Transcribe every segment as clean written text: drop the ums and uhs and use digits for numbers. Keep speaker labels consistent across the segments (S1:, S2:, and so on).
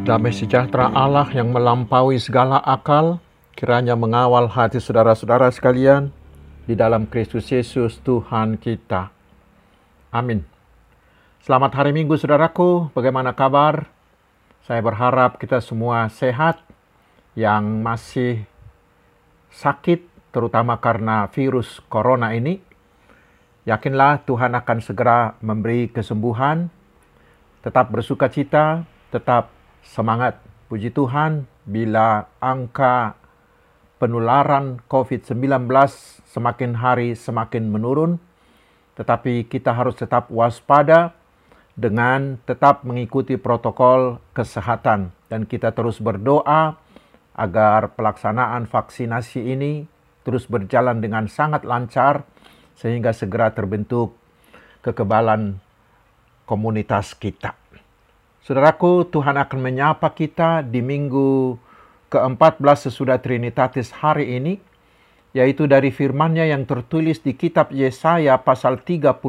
S1: Damai sejahtera Allah yang melampaui segala akal, kiranya mengawal hati saudara-saudara sekalian di dalam Kristus Yesus Tuhan kita. Amin. Selamat hari Minggu saudaraku, bagaimana kabar? Saya berharap kita semua sehat, yang masih sakit terutama karena virus corona ini. Yakinlah Tuhan akan segera memberi kesembuhan. Tetap bersukacita, tetap semangat. Puji Tuhan, bila angka penularan COVID-19 semakin hari semakin menurun, tetapi kita harus tetap waspada dengan tetap mengikuti protokol kesehatan. Dan kita terus berdoa agar pelaksanaan vaksinasi ini terus berjalan dengan sangat lancar, sehingga segera terbentuk kekebalan komunitas kita. Saudaraku, Tuhan akan menyapa kita di minggu ke-14 sesudah Trinitatis hari ini, yaitu dari firman-Nya yang tertulis di kitab Yesaya pasal 35,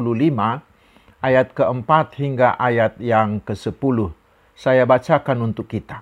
S1: ayat ke-4 hingga ayat yang ke-10. Saya bacakan untuk kita.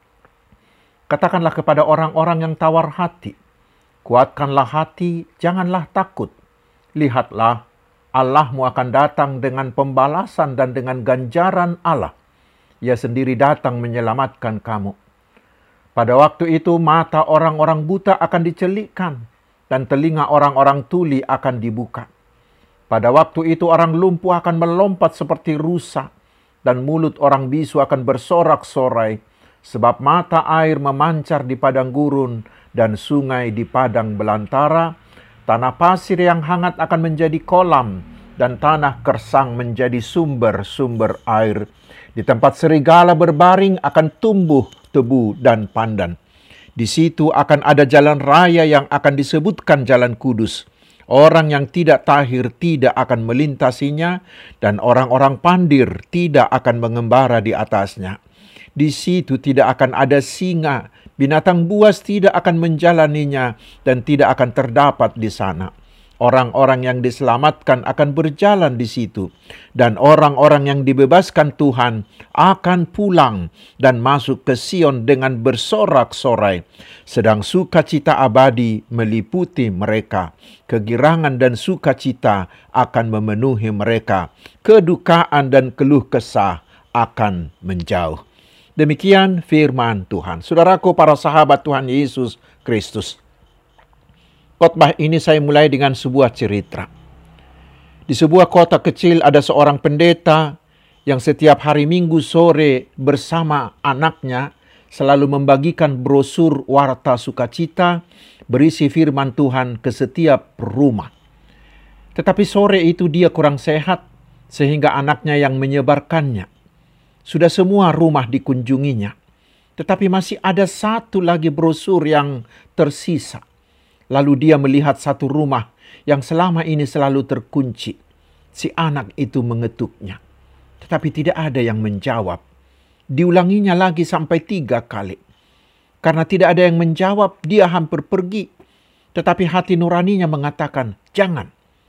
S1: Katakanlah kepada orang-orang yang tawar hati, kuatkanlah hati, janganlah takut. Lihatlah, Allahmu akan datang dengan pembalasan dan dengan ganjaran Allah. Ia sendiri datang menyelamatkan kamu. Pada waktu itu mata orang-orang buta akan dicelikkan dan telinga orang-orang tuli akan dibuka. Pada waktu itu orang lumpuh akan melompat seperti rusa dan mulut orang bisu akan bersorak-sorai, sebab mata air memancar di padang gurun dan sungai di padang belantara. Tanah pasir yang hangat akan menjadi kolam dan tanah kersang menjadi sumber-sumber air. Di tempat serigala berbaring akan tumbuh tebu dan pandan. Di situ akan ada jalan raya yang akan disebutkan jalan kudus. Orang yang tidak tahir tidak akan melintasinya, dan orang-orang pandir tidak akan mengembara di atasnya. Di situ tidak akan ada singa, binatang buas tidak akan menjalaninya, dan tidak akan terdapat di sana. Orang-orang yang diselamatkan akan berjalan di situ, dan orang-orang yang dibebaskan Tuhan akan pulang dan masuk ke Sion dengan bersorak-sorai. Sedang sukacita abadi meliputi mereka. Kegirangan dan sukacita akan memenuhi mereka. Kedukaan dan keluh kesah akan menjauh. Demikian firman Tuhan. Saudaraku, para sahabat Tuhan Yesus Kristus, khotbah ini saya mulai dengan sebuah cerita. Di sebuah kota kecil ada seorang pendeta yang setiap hari Minggu sore bersama anaknya selalu membagikan brosur warta sukacita berisi firman Tuhan ke setiap rumah. Tetapi sore itu dia kurang sehat sehingga anaknya yang menyebarkannya. Sudah semua rumah dikunjunginya, tetapi masih ada satu lagi brosur yang tersisa. Lalu dia melihat satu rumah yang selama ini selalu terkunci. Si anak itu mengetuknya, tetapi tidak ada yang menjawab. Diulanginya lagi sampai 3 kali. Karena tidak ada yang menjawab, dia hampir pergi. Tetapi hati nuraninya mengatakan, jangan.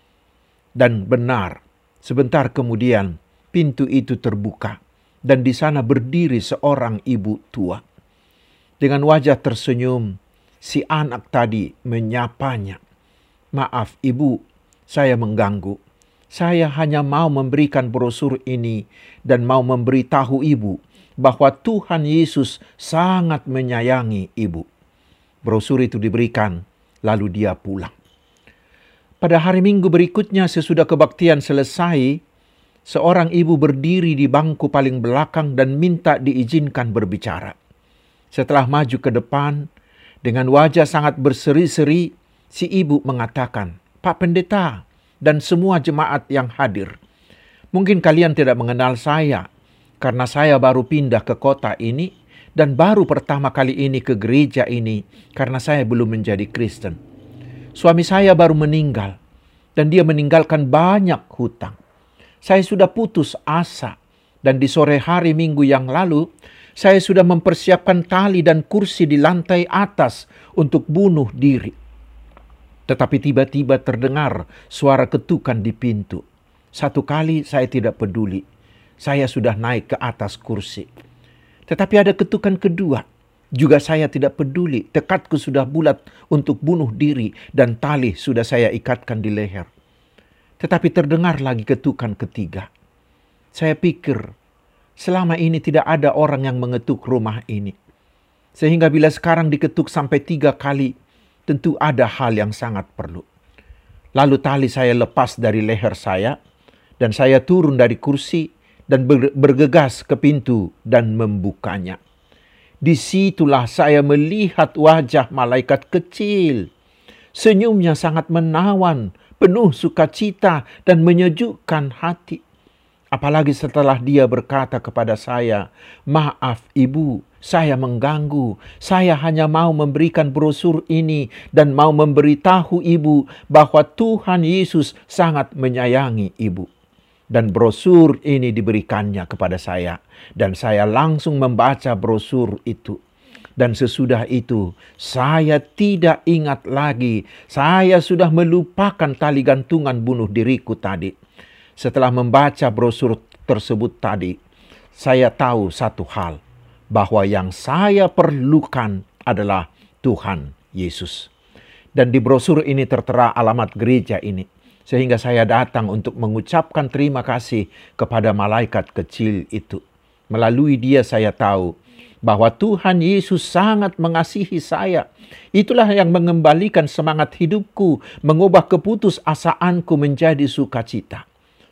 S1: Dan benar, sebentar kemudian pintu itu terbuka. Dan di sana berdiri seorang ibu tua. Dengan wajah tersenyum, si anak tadi menyapanya. Maaf ibu, saya mengganggu. Saya hanya mau memberikan brosur ini dan mau memberitahu ibu bahwa Tuhan Yesus sangat menyayangi ibu. Brosur itu diberikan, lalu dia pulang. Pada hari Minggu berikutnya sesudah kebaktian selesai, seorang ibu berdiri di bangku paling belakang dan minta diizinkan berbicara. Setelah maju ke depan, dengan wajah sangat berseri-seri, si ibu mengatakan, Pak Pendeta dan semua jemaat yang hadir, mungkin kalian tidak mengenal saya, karena saya baru pindah ke kota ini dan baru pertama kali ini ke gereja ini karena saya belum menjadi Kristen. Suami saya baru meninggal dan dia meninggalkan banyak hutang. Saya sudah putus asa dan di sore hari Minggu yang lalu, saya sudah mempersiapkan tali dan kursi di lantai atas untuk bunuh diri. Tetapi tiba-tiba terdengar suara ketukan di pintu. 1 kali saya tidak peduli. Saya sudah naik ke atas kursi. Tetapi ada ketukan kedua. Juga saya tidak peduli, tekadku sudah bulat untuk bunuh diri dan tali sudah saya ikatkan di leher. Tetapi terdengar lagi ketukan ketiga. Saya pikir, selama ini tidak ada orang yang mengetuk rumah ini. Sehingga bila sekarang diketuk sampai 3 kali, tentu ada hal yang sangat perlu. Lalu tali saya lepas dari leher saya, dan saya turun dari kursi dan bergegas ke pintu dan membukanya. Disitulah saya melihat wajah malaikat kecil. Senyumnya sangat menawan, penuh sukacita dan menyejukkan hati. Apalagi setelah dia berkata kepada saya, "Maaf ibu, saya mengganggu. Saya hanya mau memberikan brosur ini dan mau memberitahu ibu bahwa Tuhan Yesus sangat menyayangi ibu." Dan brosur ini diberikannya kepada saya. Dan saya langsung membaca brosur itu. Dan sesudah itu, saya tidak ingat lagi. Saya sudah melupakan tali gantungan bunuh diriku tadi. Setelah membaca brosur tersebut tadi, saya tahu satu hal. Bahwa yang saya perlukan adalah Tuhan Yesus. Dan di brosur ini tertera alamat gereja ini. Sehingga saya datang untuk mengucapkan terima kasih kepada malaikat kecil itu. Melalui dia saya tahu bahwa Tuhan Yesus sangat mengasihi saya. Itulah yang mengembalikan semangat hidupku, mengubah keputusasaanku menjadi sukacita.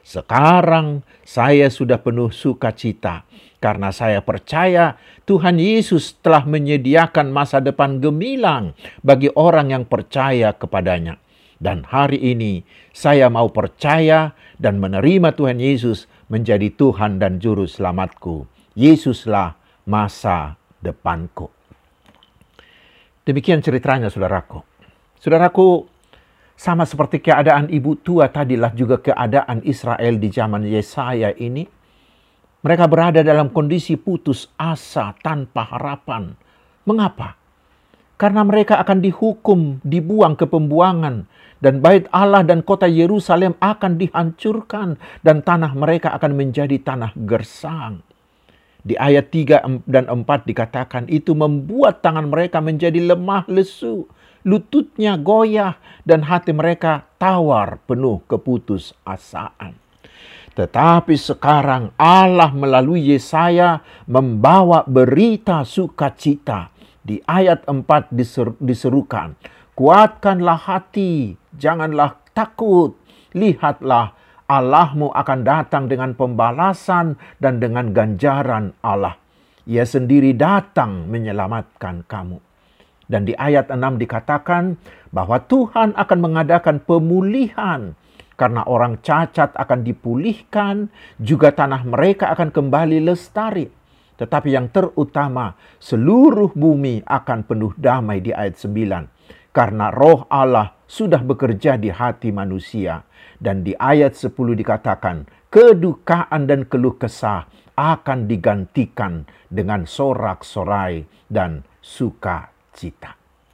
S1: Sekarang saya sudah penuh sukacita karena saya percaya Tuhan Yesus telah menyediakan masa depan gemilang bagi orang yang percaya kepadanya. Dan hari ini saya mau percaya dan menerima Tuhan Yesus menjadi Tuhan dan Juru Selamatku. Yesuslah masa depanku. Demikian ceritanya saudaraku. Saudaraku, sama seperti keadaan ibu tua tadilah juga keadaan Israel di zaman Yesaya ini. Mereka berada dalam kondisi putus asa tanpa harapan. Mengapa? Karena mereka akan dihukum, dibuang ke pembuangan. Dan bait Allah dan kota Yerusalem akan dihancurkan. Dan tanah mereka akan menjadi tanah gersang. Di ayat 3 dan 4 dikatakan itu membuat tangan mereka menjadi lemah lesu. Lututnya goyah dan hati mereka tawar penuh keputusasaan. Tetapi sekarang Allah melalui Yesaya membawa berita sukacita. Di ayat 4 diserukan, "Kuatkanlah hati, janganlah takut. Lihatlah, Allahmu akan datang dengan pembalasan dan dengan ganjaran Allah. Ia sendiri datang menyelamatkan kamu." Dan di ayat 6 dikatakan bahwa Tuhan akan mengadakan pemulihan. Karena orang cacat akan dipulihkan, juga tanah mereka akan kembali lestari. Tetapi yang terutama, seluruh bumi akan penuh damai di ayat 9. Karena roh Allah sudah bekerja di hati manusia. Dan di ayat 10 dikatakan, kedukaan dan keluh kesah akan digantikan dengan sorak-sorai dan sukacita.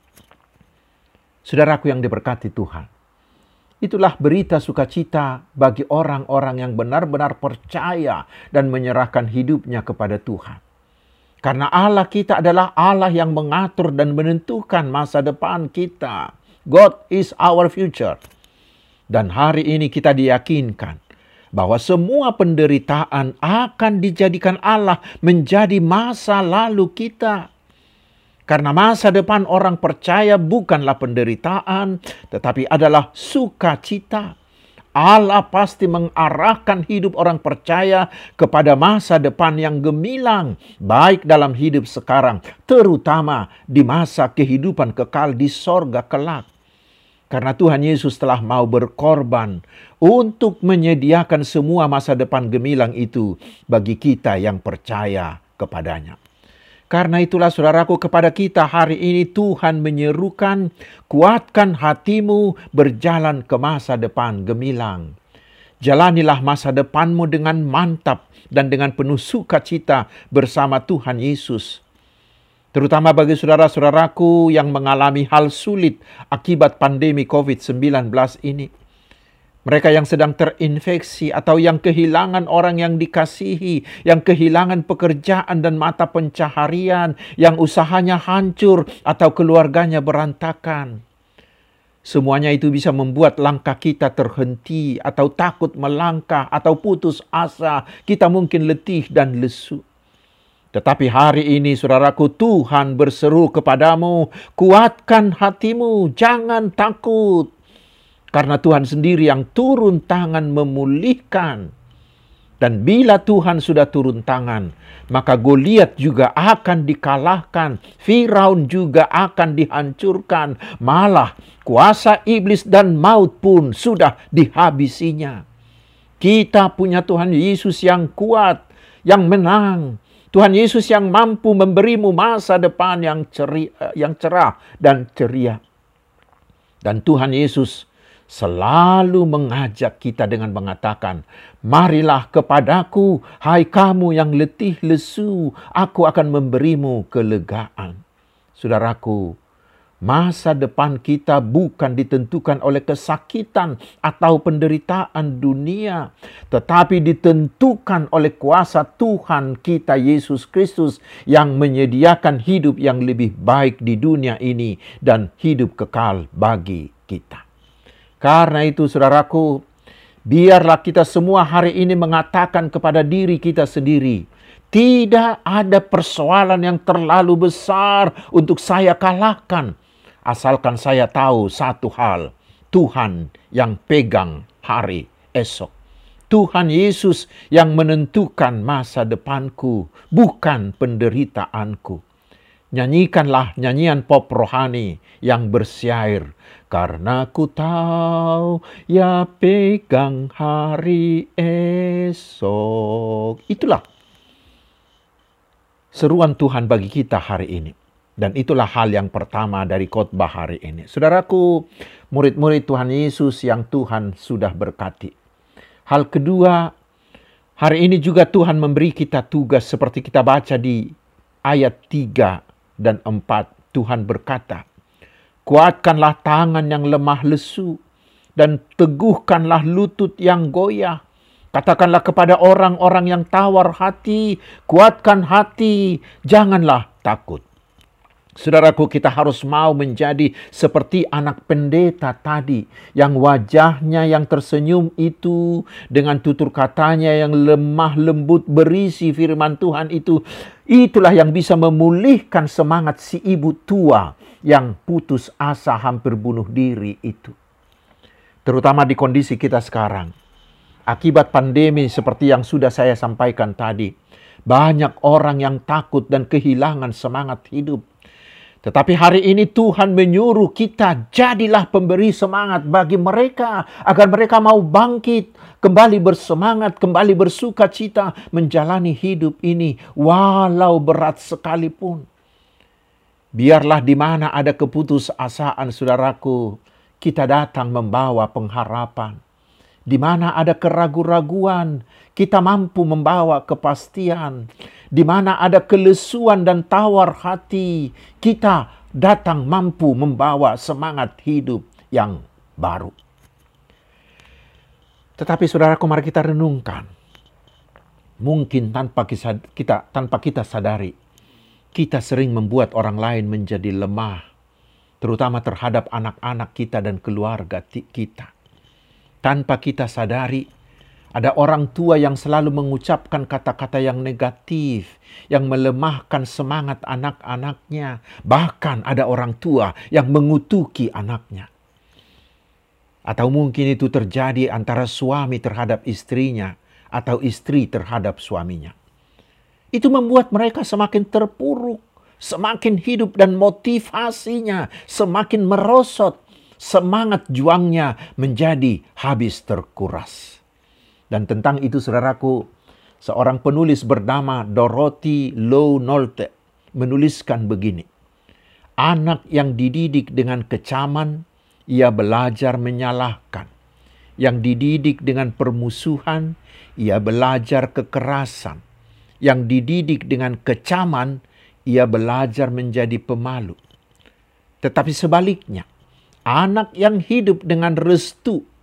S1: Saudaraku yang diberkati Tuhan, itulah berita sukacita bagi orang-orang yang benar-benar percaya dan menyerahkan hidupnya kepada Tuhan. Karena Allah kita adalah Allah yang mengatur dan menentukan masa depan kita. God is our future. Dan hari ini kita diyakinkan bahwa semua penderitaan akan dijadikan Allah menjadi masa lalu kita. Karena masa depan orang percaya bukanlah penderitaan, tetapi adalah sukacita. Allah pasti mengarahkan hidup orang percaya kepada masa depan yang gemilang, baik dalam hidup sekarang, terutama di masa kehidupan kekal di sorga kelak. Karena Tuhan Yesus telah mau berkorban untuk menyediakan semua masa depan gemilang itu bagi kita yang percaya kepadanya. Karena itulah saudaraku, kepada kita hari ini Tuhan menyerukan, kuatkan hatimu berjalan ke masa depan gemilang. Jalanilah masa depanmu dengan mantap dan dengan penuh sukacita bersama Tuhan Yesus. Terutama bagi saudara-saudaraku yang mengalami hal sulit akibat pandemi COVID-19 ini. Mereka yang sedang terinfeksi atau yang kehilangan orang yang dikasihi, yang kehilangan pekerjaan dan mata pencaharian, yang usahanya hancur atau keluarganya berantakan. Semuanya itu bisa membuat langkah kita terhenti atau takut melangkah atau putus asa. Kita mungkin letih dan lesu. Tetapi hari ini, saudaraku, Tuhan berseru kepadamu, kuatkan hatimu, jangan takut. Karena Tuhan sendiri yang turun tangan memulihkan. Dan bila Tuhan sudah turun tangan, maka Goliat juga akan dikalahkan. Firaun juga akan dihancurkan. Malah kuasa iblis dan maut pun sudah dihabisinya. Kita punya Tuhan Yesus yang kuat, yang menang. Tuhan Yesus yang mampu memberimu masa depan yang cerah dan ceria. Dan Tuhan Yesus selalu mengajak kita dengan mengatakan, marilah kepadaku, hai kamu yang letih lesu, aku akan memberimu kelegaan. Saudaraku, masa depan kita bukan ditentukan oleh kesakitan atau penderitaan dunia, tetapi ditentukan oleh kuasa Tuhan kita Yesus Kristus yang menyediakan hidup yang lebih baik di dunia ini dan hidup kekal bagi kita. Karena itu, saudaraku, biarlah kita semua hari ini mengatakan kepada diri kita sendiri, tidak ada persoalan yang terlalu besar untuk saya kalahkan. Asalkan saya tahu satu hal, Tuhan yang pegang hari esok. Tuhan Yesus yang menentukan masa depanku, bukan penderitaanku. Nyanyikanlah nyanyian pop rohani yang bersyair. Karena ku tahu ya pegang hari esok. Itulah seruan Tuhan bagi kita hari ini. Dan itulah hal yang pertama dari khotbah hari ini. Saudaraku, murid-murid Tuhan Yesus yang Tuhan sudah berkati. Hal kedua, hari ini juga Tuhan memberi kita tugas seperti kita baca di ayat 3 dan 4. Tuhan berkata, kuatkanlah tangan yang lemah lesu dan teguhkanlah lutut yang goyah. Katakanlah kepada orang-orang yang tawar hati, kuatkan hati, janganlah takut. Saudaraku, kita harus mau menjadi seperti anak pendeta tadi, yang wajahnya yang tersenyum itu dengan tutur katanya yang lemah lembut berisi firman Tuhan itu. Itulah yang bisa memulihkan semangat si ibu tua yang putus asa hampir bunuh diri itu. Terutama di kondisi kita sekarang. Akibat pandemi seperti yang sudah saya sampaikan tadi, banyak orang yang takut dan kehilangan semangat hidup. Tetapi hari ini Tuhan menyuruh kita, jadilah pemberi semangat bagi mereka, agar mereka mau bangkit, kembali bersemangat, kembali bersuka cita, menjalani hidup ini, walau berat sekalipun. Biarlah di mana ada keputusasaan, saudaraku, kita datang membawa pengharapan. Di mana ada keraguan-raguan, kita mampu membawa kepastian. Di mana ada kelesuan dan tawar hati, kita datang mampu membawa semangat hidup yang baru. Tetapi saudaraku, mari kita renungkan. Mungkin tanpa kita sadari, kita sering membuat orang lain menjadi lemah, terutama terhadap anak-anak kita dan keluarga kita. Tanpa kita sadari, ada orang tua yang selalu mengucapkan kata-kata yang negatif, yang melemahkan semangat anak-anaknya. Bahkan ada orang tua yang mengutuki anaknya. Atau mungkin itu terjadi antara suami terhadap istrinya, atau istri terhadap suaminya. Itu membuat mereka semakin terpuruk, semakin hidup dan motivasinya semakin merosot. Semangat juangnya menjadi habis terkuras. Dan tentang itu, saudaraku, seorang penulis bernama Dorothy Low Nolte menuliskan begini. Anak yang dididik dengan kecaman, ia belajar menyalahkan. Yang dididik dengan permusuhan, ia belajar kekerasan. Yang dididik dengan kecaman, ia belajar menjadi pemalu. Tetapi sebaliknya, anak yang hidup dengan restu,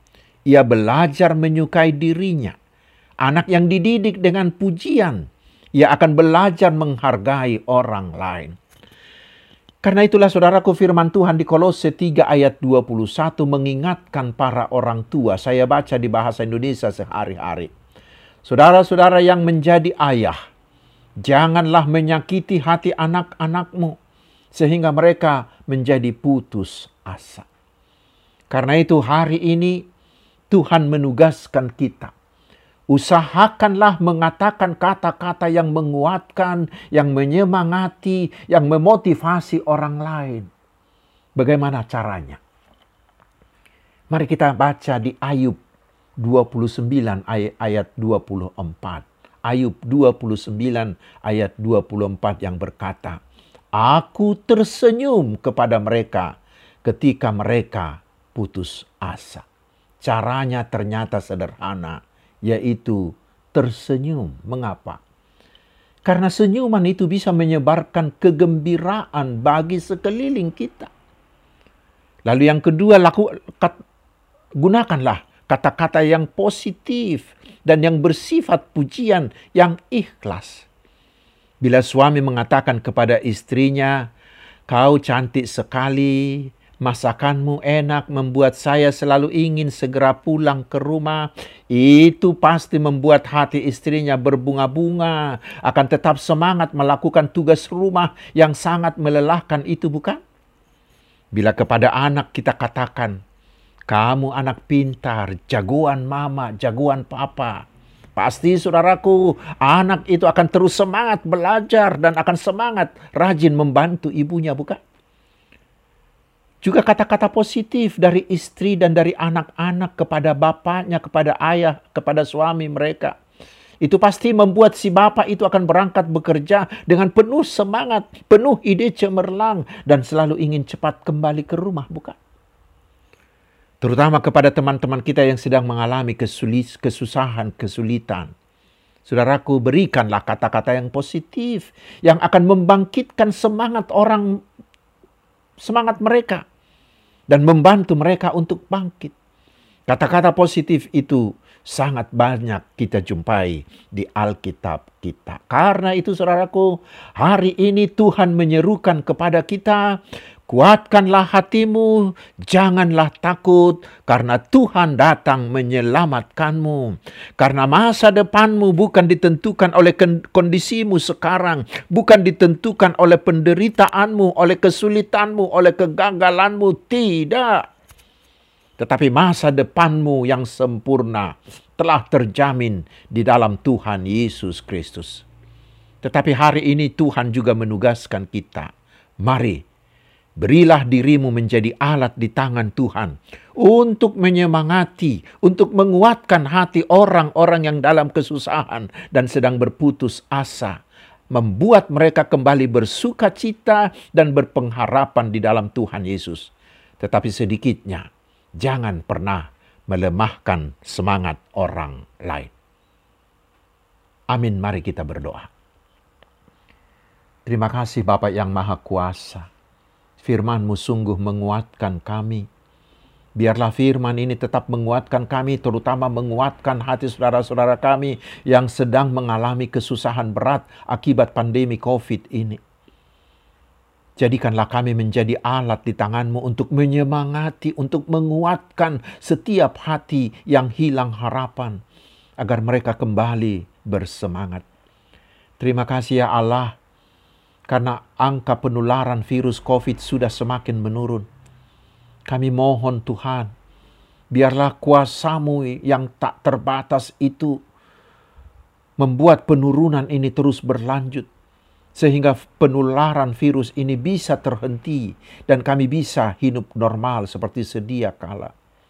S1: Ia belajar menyukai dirinya. Anak yang dididik dengan pujian, ia akan belajar menghargai orang lain. Karena itulah saudaraku, firman Tuhan di Kolose 3 ayat 21 mengingatkan para orang tua. Saya baca di bahasa Indonesia sehari-hari. Saudara-saudara yang menjadi ayah, janganlah menyakiti hati anak-anakmu sehingga mereka menjadi putus asa. Karena itu hari ini Tuhan menugaskan kita. Usahakanlah mengatakan kata-kata yang menguatkan, yang menyemangati, yang memotivasi orang lain. Bagaimana caranya? Mari kita baca di Ayub 29 ayat 24. Ayub 29 ayat 24 yang berkata, Aku tersenyum kepada mereka ketika mereka putus asa. Caranya ternyata sederhana, yaitu tersenyum. Mengapa? Karena senyuman itu bisa menyebarkan kegembiraan bagi sekeliling kita. Lalu yang kedua, gunakanlah kata-kata yang positif dan yang bersifat pujian yang ikhlas. Bila suami mengatakan kepada istrinya, "Kau cantik sekali, masakanmu enak, membuat saya selalu ingin segera pulang ke rumah," itu pasti membuat hati istrinya berbunga-bunga, akan tetap semangat melakukan tugas rumah yang sangat melelahkan itu, bukan? Bila kepada anak kita katakan, "Kamu anak pintar, jagoan mama, jagoan papa," pasti saudaraku, anak itu akan terus semangat belajar dan akan semangat rajin membantu ibunya, bukan? Juga kata-kata positif dari istri dan dari anak-anak kepada bapaknya, kepada ayah, kepada suami mereka. Itu pasti membuat si bapak itu akan berangkat bekerja dengan penuh semangat, penuh ide cemerlang, dan selalu ingin cepat kembali ke rumah, bukan? Terutama kepada teman-teman kita yang sedang mengalami kesusahan, kesulitan. Saudaraku, berikanlah kata-kata yang positif, yang akan membangkitkan semangat mereka, dan membantu mereka untuk bangkit. Kata-kata positif itu sangat banyak kita jumpai di Alkitab kita. Karena itu saudaraku, hari ini Tuhan menyerukan kepada kita, kuatkanlah hatimu, janganlah takut, karena Tuhan datang menyelamatkanmu. Karena masa depanmu bukan ditentukan oleh kondisimu sekarang, bukan ditentukan oleh penderitaanmu, oleh kesulitanmu, oleh kegagalanmu, tidak. Tetapi masa depanmu yang sempurna telah terjamin di dalam Tuhan Yesus Kristus. Tetapi hari ini Tuhan juga menugaskan kita, mari, berilah dirimu menjadi alat di tangan Tuhan untuk menyemangati, untuk menguatkan hati orang-orang yang dalam kesusahan dan sedang berputus asa, membuat mereka kembali bersuka cita dan berpengharapan di dalam Tuhan Yesus. Tetapi sedikitnya, jangan pernah melemahkan semangat orang lain. Amin, mari kita berdoa. Terima kasih Bapa yang Maha Kuasa. Firman-Mu sungguh menguatkan kami. Biarlah firman ini tetap menguatkan kami, terutama menguatkan hati saudara-saudara kami yang sedang mengalami kesusahan berat akibat pandemi COVID ini. Jadikanlah kami menjadi alat di tangan-Mu untuk menyemangati, untuk menguatkan setiap hati yang hilang harapan, agar mereka kembali bersemangat. Terima kasih ya Allah, karena angka penularan virus COVID sudah semakin menurun. Kami mohon Tuhan, biarlah kuasa-Mu yang tak terbatas itu membuat penurunan ini terus berlanjut, sehingga penularan virus ini bisa terhenti dan kami bisa hidup normal seperti sedia kala.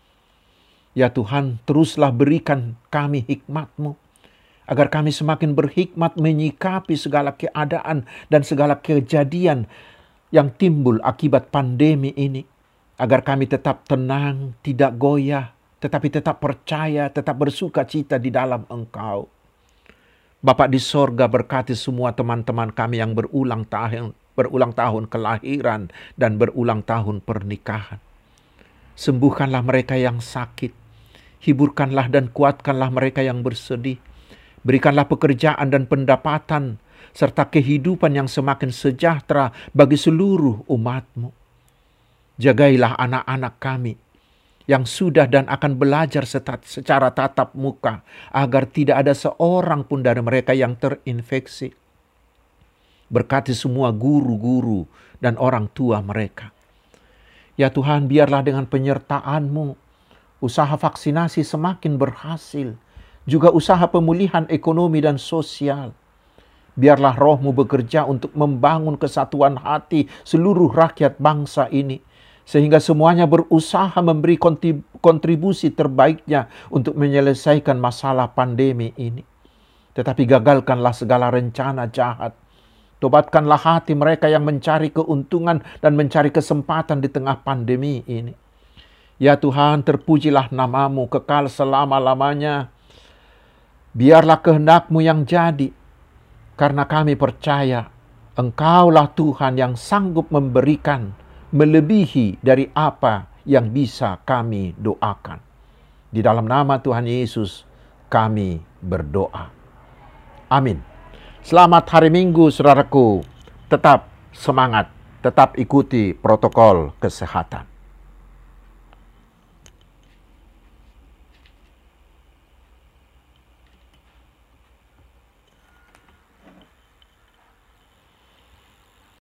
S1: Ya Tuhan, teruslah berikan kami hikmat-Mu, agar kami semakin berhikmat menyikapi segala keadaan dan segala kejadian yang timbul akibat pandemi ini. Agar kami tetap tenang, tidak goyah, tetapi tetap percaya, tetap bersuka cita di dalam Engkau. Bapa di sorga, berkati semua teman-teman kami yang berulang tahun kelahiran dan berulang tahun pernikahan. Sembuhkanlah mereka yang sakit, Hiburkanlah dan kuatkanlah mereka yang bersedih. Berikanlah pekerjaan dan pendapatan, serta kehidupan yang semakin sejahtera bagi seluruh umat-Mu. Jagailah anak-anak kami yang sudah dan akan belajar secara tatap muka, agar tidak ada seorang pun dari mereka yang terinfeksi. Berkati semua guru-guru dan orang tua mereka. Ya Tuhan, biarlah dengan penyertaan-Mu, usaha vaksinasi semakin berhasil, juga usaha pemulihan ekonomi dan sosial. Biarlah Roh-Mu bekerja untuk membangun kesatuan hati seluruh rakyat bangsa ini, sehingga semuanya berusaha memberi kontribusi terbaiknya untuk menyelesaikan masalah pandemi ini. Tetapi gagalkanlah segala rencana jahat. Tobatkanlah hati mereka yang mencari keuntungan dan mencari kesempatan di tengah pandemi ini. Ya Tuhan, terpujilah nama-Mu kekal selama-lamanya. Biarlah kehendak-Mu yang jadi, karena kami percaya Engkaulah Tuhan yang sanggup memberikan melebihi dari apa yang bisa kami doakan. Di dalam nama Tuhan Yesus kami berdoa. Amin. Selamat hari Minggu, saudaraku. Tetap semangat, tetap ikuti protokol kesehatan.